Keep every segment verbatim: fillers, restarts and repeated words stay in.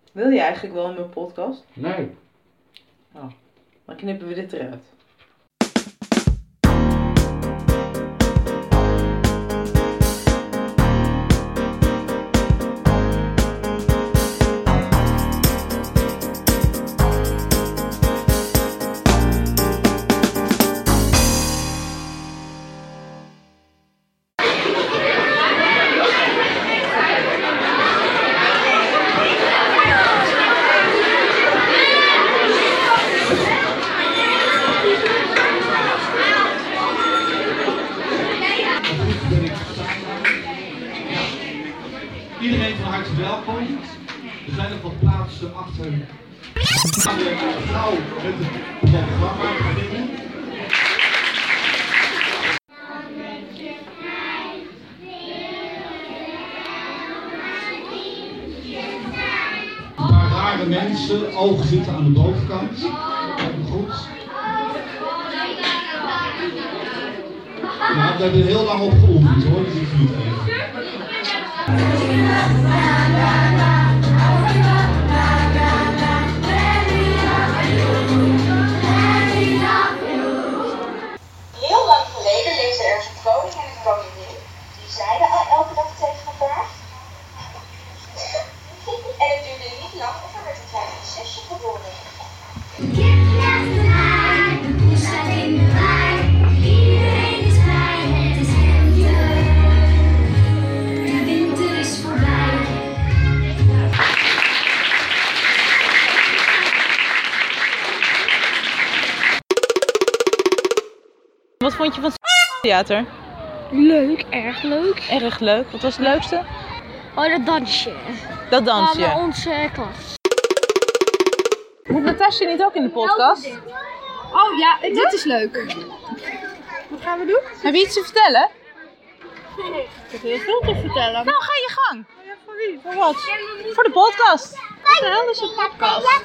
Wil je eigenlijk wel in mijn podcast? Nee. Oh, dan knippen we dit eruit. Iedereen van harte welkom. Er zijn nog wat plaatsen achter. We gaan gauw met het programma beginnen. Een paar rare mensen, ogen zitten aan de bovenkant. Goed. Ja, we hebben er heel lang op geoefend hoor, dus ik zie het even. Heel lang geleden leefde er een koning en een koningin. Die zeiden al elke dag tegen elkaar. En het duurde niet lang of er werd een klein prinsesje geboren. Iedereen is blij, het is winter. De winter is voorbij. Wat vond je van het theater? Leuk, erg leuk. Erg leuk. Wat was het leukste? Oh, dat dansje. Dat dansje. Van onze klas. Moet Natasja niet ook in de podcast? Oh ja, dit is leuk. Wat gaan we doen? Heb je iets te vertellen? Ik heb heel veel te vertellen. Nou, ga je gang. Voor wie? Voor wat? Voor de podcast. Wat de hel is een podcast?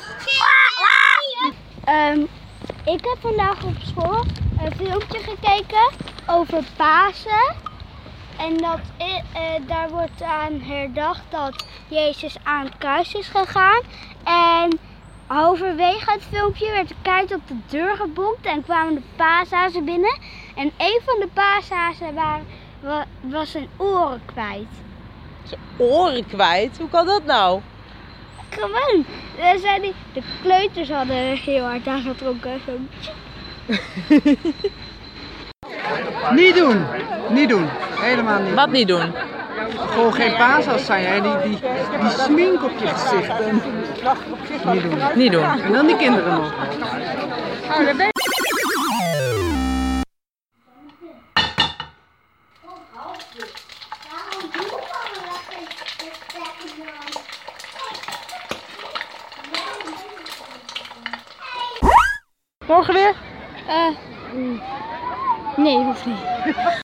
Um, ik heb vandaag op school een filmpje gekeken over Pasen. En dat, i- uh, daar wordt aan herdacht dat Jezus aan het kruis is gegaan. En halverwege het filmpje werd de kaart op de deur gebonkt en kwamen de paashazen binnen. En een van de paashazen waren, wa- was zijn oren kwijt. Je oren kwijt? Hoe kan dat nou? Gewoon, uh, zei die, de kleuters hadden er heel hard aan getrokken. Zo. Niet doen, niet doen, helemaal niet. Wat niet doen? Gewoon geen paasas zijn, hè? Die, die, die smink op je gezicht. En... Niet doen. Niet doen. En dan die kinderen nog. Morgen weer? Uh, nee, hoeft niet.